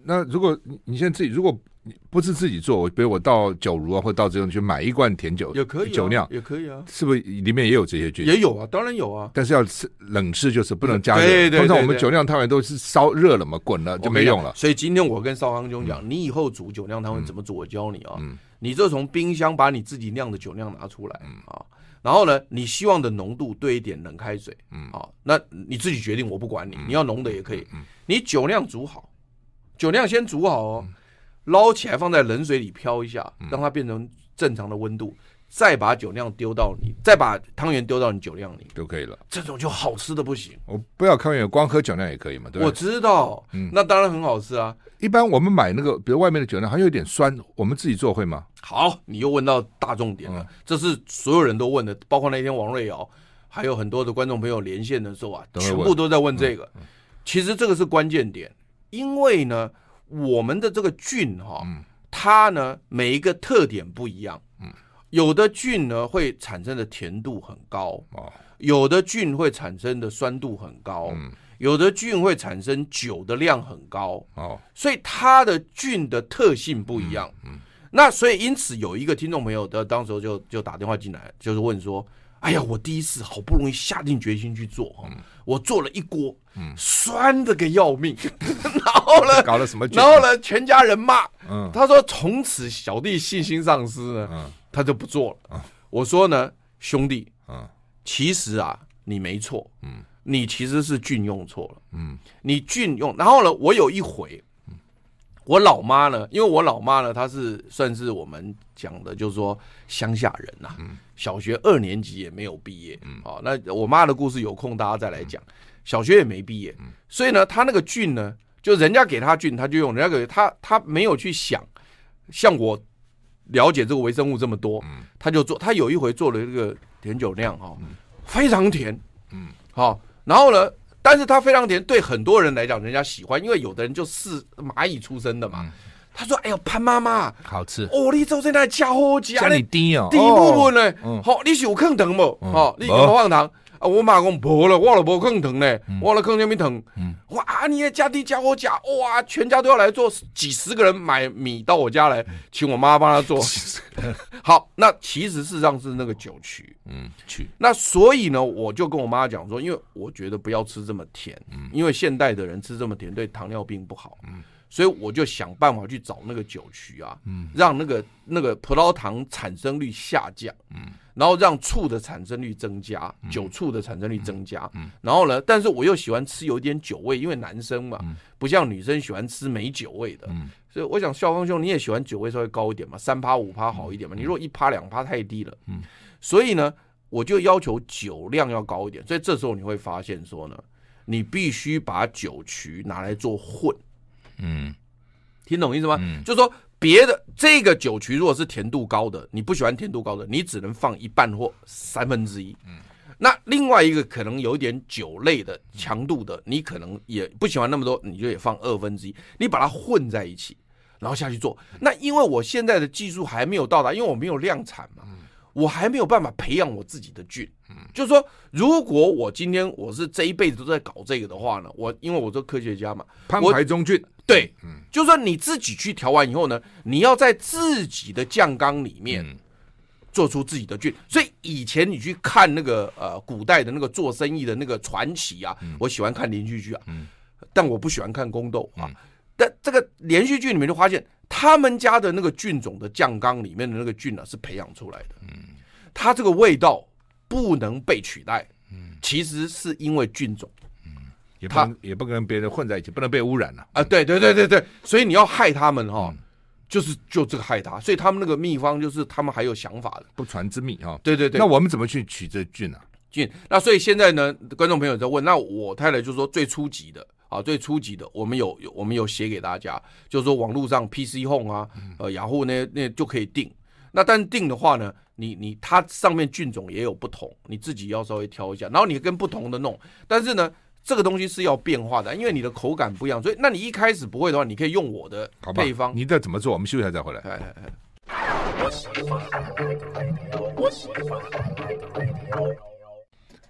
那如果你你现在自己如果不是自己做，比如我到酒如啊，或到这种去买一罐甜酒， 也可以、啊、 酒酿也可以啊， 是不是里面也有这些菌？ 也有啊，当然有啊， 但是要冷吃，就是不能加热。 对对对对， 通常我们酒酿汤圆都是烧热了嘛，滚了就没用了。 所以今天我跟少康兄讲、嗯，你以后煮酒酿汤圆怎么煮，我教你啊。嗯，你就从冰箱把你自己酿的酒酿拿出来、嗯、啊，然后呢，你希望的浓度兑一点冷开水，嗯啊，那你自己决定，我不管你，嗯、你要浓的也可以。嗯，你酒酿煮好，酒酿先煮好哦。嗯，捞起来放在冷水里漂一下，让它变成正常的温度，再把酒酿丢到你，再把汤圆丢到你酒酿里就可以了。 这种就好吃的不行。 我不要汤圆，光喝酒酿也可以嘛，对吧？ 我知道，嗯，那当然很好吃啊。 一般我们买那个，比如外面的酒酿，还有点酸，我们自己做会吗？ 好，你又问到大重点了，嗯、这是所有人都问的，包括那天王瑞瑶，还有很多的观众朋友连线的时候啊，全部都在问这个。嗯嗯、其实这个是关键点，因为呢。我们的这个菌哈、嗯，它呢每一个特点不一样，嗯，有的菌呢会产生的甜度很高，哦，有的菌会产生的酸度很高，嗯，有的菌会产生酒的量很高，哦，所以它的菌的特性不一样，嗯，嗯那所以因此有一个听众朋友的当时就就打电话进来，就是问说。哎呀，我第一次好不容易下定决心去做，嗯、我做了一锅，嗯、酸的个要命，然后呢， 搞了什么？ 然后呢，全家人骂，嗯、他说从此小弟信心丧失呢，嗯、他就不做了。嗯、我说呢，兄弟，嗯、其实啊，你没错，嗯、你其实是菌用错了，嗯、你菌用，然后呢，我有一回。我老妈呢，因为我老妈呢，她是算是我们讲的，就是说乡下人呐、啊嗯，小学二年级也没有毕业，嗯，好、哦，那我妈的故事有空大家再来讲，嗯、小学也没毕业，嗯、所以呢，她那个菌呢，就人家给她菌，她就用，人家给她，她没有去想，像我了解这个微生物这么多，嗯，她就做，她有一回做了一个甜酒酿哈、哦嗯，非常甜，嗯，好、哦，然后呢。但是它非常甜，对很多人来讲，人家喜欢，因为有的人就是蚂蚁出身的嘛。嗯、他说：“哎呦，潘妈妈， 好吃哦！你做这那加好加， 加你低哦， 低部分呢，好、嗯，你是有坑糖不？好、嗯，你有没有放糖？啊，我妈讲无了，我了无坑糖呢，嗯、我了坑什么糖？嗯，哇，你也加低加好加，哇，全家都要来做，几十个人买米到我家来，请我妈帮他做。好，那其实事实上是那个酒曲，嗯，曲。那所以呢，我就跟我妈讲说，因为我觉得不要吃这么甜，嗯，因为现代的人吃这么甜对糖尿病不好，嗯，所以我就想办法去找那个酒曲啊，嗯，让那个那个葡萄糖产生率下降，嗯。然后让醋的产生率增加，嗯、酒醋的产生率增加、嗯嗯。然后呢，但是我又喜欢吃有点酒味，因为男生嘛，嗯、不像女生喜欢吃没酒味的。嗯、所以我想，孝芳兄你也喜欢酒味稍微高一点嘛，三趴五趴好一点嘛。嗯、你如果一趴两趴太低了。嗯、所以呢，我就要求酒量要高一点。所以这时候你会发现说呢，你必须把酒曲拿来做混。嗯，听懂意思吗？嗯、就是说。别的这个酒曲如果是甜度高的，你不喜欢甜度高的，你只能放一半或三分之一。嗯，那另外一个可能有一点酒类的强度的，你可能也不喜欢那么多，你就也放二分之一，你把它混在一起，然后下去做。那因为我现在的技术还没有到达，因为我没有量产嘛，我还没有办法培养我自己的菌。就是说，如果我今天我是这一辈子都在搞这个的话呢，我因为我做科学家嘛， 潘怀忠菌。 对，嗯，就是说你自己去调完以后呢，你要在自己的酱缸里面做出自己的菌。嗯、所以以前你去看那个呃古代的那个做生意的那个传奇啊，嗯、我喜欢看连续剧啊，嗯、但我不喜欢看宫斗啊。嗯、但这个连续剧里面就发现，他们家的那个菌种的酱缸里面的那个菌呢、啊、是培养出来的，嗯，它这个味道不能被取代，嗯，其实是因为菌种。 也不能也不跟别人混在一起，不能被污染了啊！对对对对对，所以你要害他们哈、哦嗯，就是就这个害他，所以他们那个秘方就是他们还有想法的， 不传之秘哈、哦。 对对对， 那我们怎么去取这菌啊？ 菌，那所以现在呢，观众朋友在问，那我太太就说最初级的啊，最初级的，我们有有我们有写给大家，就是说网络上 P C Home 啊，呃雅虎那那就可以订。那但是订的话呢，你你它上面菌种也有不同，你自己要稍微挑一下，然后你跟不同的弄，但是呢。这个东西是要变化的，因为你的口感不一样，所以那你一开始不会的话，你可以用我的配方。 你这怎么做？我们休息一下再回来。 哎哎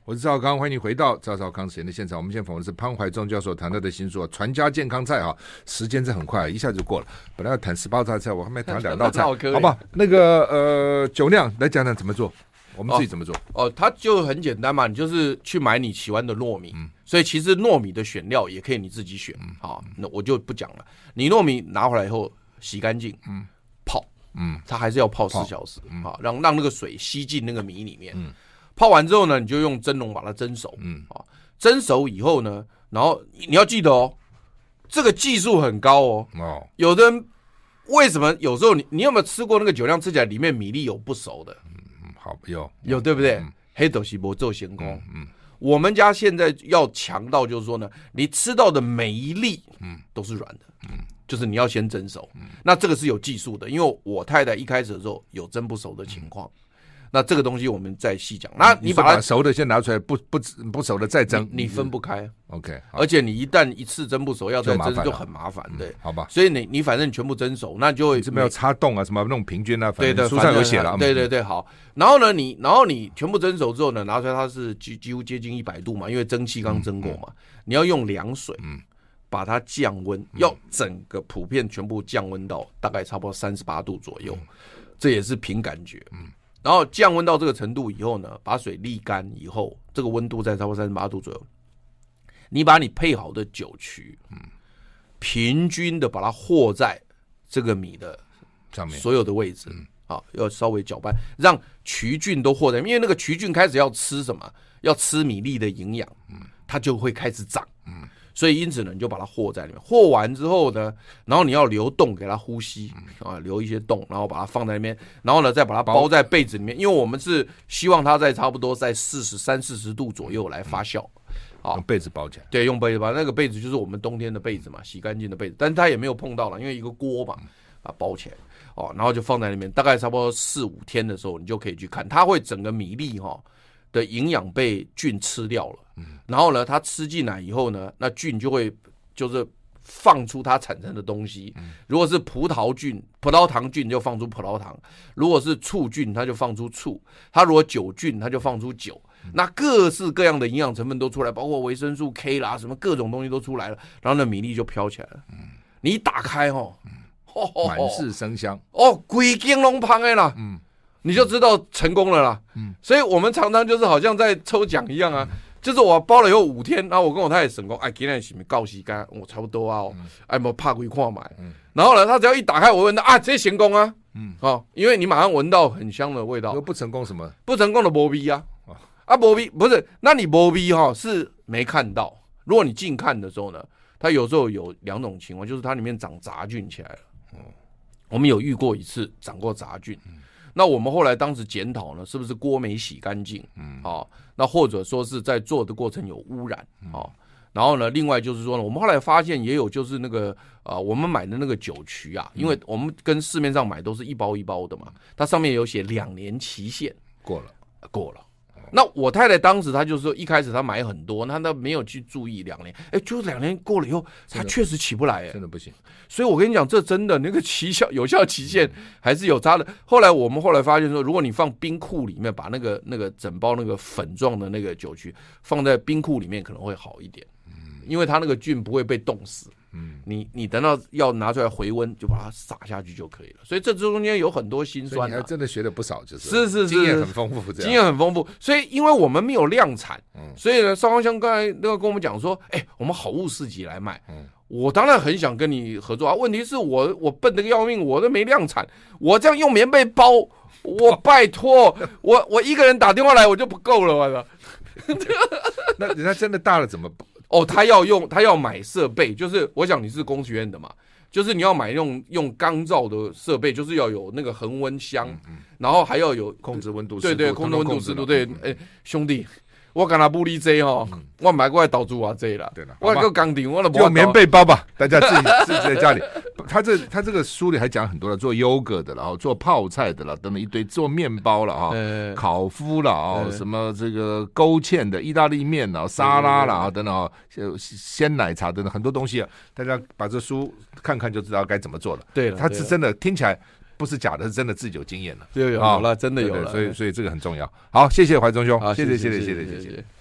我是赵康，欢迎你回到赵少康时间的现场。我们现在访问的是潘怀忠教授谈他的新书《传家健康菜》啊，时间真很快，一下就过了。本来要谈十八道菜，我还没谈两道菜，好不好？那个呃，酒酿来讲讲怎么做，我们自己怎么做？ 哦，哦它就很简单嘛，你就是去买你喜欢的糯米，嗯、所以其实糯米的选料也可以你自己选。嗯、好，那我就不讲了。你糯米拿回来以后洗干净，嗯，泡，嗯，它还是要泡四小时，嗯、好，让让那个水吸进那个米里面，嗯。泡完之后呢，你就用蒸笼把它蒸熟。嗯，啊，蒸熟以后呢，然后你要记得哦，这个技术很高哦。哦，有的人为什么有时候你你有没有吃过那个酒酿吃起来里面米粒有不熟的？ 嗯，好，有有对不对？嗯、黑豆西伯做咸空。嗯，嗯我们家现在要强调就是说呢，你吃到的每一粒，嗯，都是软的。嗯，就是你要先蒸熟。嗯，那这个是有技术的，因为我太太一开始的时候有蒸不熟的情况。嗯那这个东西我们再细讲。那你把它把熟的先拿出来，不不不熟的再蒸， 你, 你分不开。 OK， 而且你一旦一次蒸不熟，要再蒸就很麻烦。对、嗯， 好吧。 所以你你反正你全部蒸熟，那就会这边要插洞啊，什么那种平均啊，反正书上有写了。 对对对，好。然后呢，你然后你全部蒸熟之后呢，拿出来它是几几乎接近一百度嘛，因为蒸汽刚蒸过嘛，嗯、你要用凉水，嗯，把它降温，嗯、要整个普遍全部降温到大概差不多三十八度左右，嗯、这也是凭感觉，嗯。然后降温到这个程度以后呢，把水沥干以后，这个温度在差不多三十八度左右，你把你配好的酒曲，嗯，平均的把它和在这个米的上面所有的位置，嗯，好，要稍微搅拌，让曲菌都和在，因为那个曲菌开始要吃什么？要吃米粒的营养，嗯，它就会开始长，嗯。所以因此呢，你就把它和在里面。和完之后呢，然后你要留洞给它呼吸，啊，留一些洞，然后把它放在那边，然后呢再把它包在被子里面，因为我们是希望它在差不多在四十三四十度左右来发酵。 用被子包起来。 对，用被子包。那个被子就是我们冬天的被子嘛，洗干净的被子，但是它也没有碰到了，因为一个锅嘛，把它包起来，哦，然后就放在里面，大概差不多四五天的时候，你就可以去看，它会整个米粒哈。的营养被菌吃掉了，嗯，然后呢，它吃进来以后呢，那菌就会就是放出它产生的东西。嗯、如果是葡萄菌、葡萄糖菌就放出葡萄糖；如果是醋菌，它就放出醋；它如果酒菌，它就放出酒。嗯、那各式各样的营养成分都出来，包括维生素 K 啦，什么各种东西都出来了，然后呢，米粒就飘起来了。嗯、你一打开哦， 满室生香哦，规间拢香的啦。嗯。你就知道成功了啦，嗯，所以我们常常就是好像在抽奖一样啊，嗯、就是我包了以后五天，然后我跟我太太成功，哎，今天是不是告时间？我差不多啊，嗯、哎，没拍开看买，嗯、然后呢，他只要一打开，我闻到啊，这成功啊，嗯，哦，因为你马上闻到很香的味道。 如果不成功什么？ 不成功的没味啊，哦、啊没味不是，那你没味哈是没看到。如果你近看的时候呢，它有时候有两种情况，就是它里面长杂菌起来了。哦，我们有遇过一次长过杂菌。嗯那我们后来当时检讨呢，是不是锅没洗干净？嗯，哦，那或者说是在做的过程有污染，哦，然后呢，另外就是说呢，我们后来发现也有就是那个呃，我们买的那个酒曲啊，因为我们跟市面上买都是一包一包的嘛，它上面有写两年期限， 过了， 过了。那我太太当时她就是说，一开始她买很多，她都没有去注意两年，哎，就两年过了以后，她确实起不来，哎， 真的不行。 所以我跟你讲，这真的那个期效有效期限还是有差的。后来我们后来发现说，如果你放冰库里面，把那个那个整包那个粉状的那个酒曲放在冰库里面，可能会好一点，嗯，因为它那个菌不会被冻死。嗯，你你等到要拿出来回温，就把它撒下去就可以了。所以这中间有很多辛酸、啊， 你还真的学了不少，就是是是是， 经验很丰富， 经验很丰富。所以因为我们没有量产，嗯，所以呢，邵芳香刚才那个跟我们讲说，哎、欸，我们好物市集来卖，嗯，我当然很想跟你合作啊。问题是我我笨得个要命，我都没量产，我这样用棉被包，我拜托，我我一个人打电话来我就不够了，我操！ 那人家真的大了怎么？ 哦，他要用，他要买设备，就是我想你是工学院的嘛，就是你要买用用钢造的设备，就是要有那个恒温箱，嗯嗯、然后还要有控制温度， 对对，控制温度湿度，对，哎、欸，兄弟，我跟他不理这哦，嗯、我买过来倒住啊这啦， 对了， 我个钢钉，我都用棉被包吧，大家自己自己在家里。他这他这个书里还讲很多了，做优格的了，做泡菜的了，等等一堆，做面包了啊，欸、烤麸了啊，欸、什么这个勾芡的意大利面了，沙拉了啊，等等啊，鲜奶茶等等很多东西啊，大家把这书看看就知道该怎么做了。 对了， 他是真的听起来不是假的，是真的自己有经验了， 有有有了，真的有了， 所以所以这个很重要。好，谢谢怀忠兄，谢谢谢谢谢谢谢谢。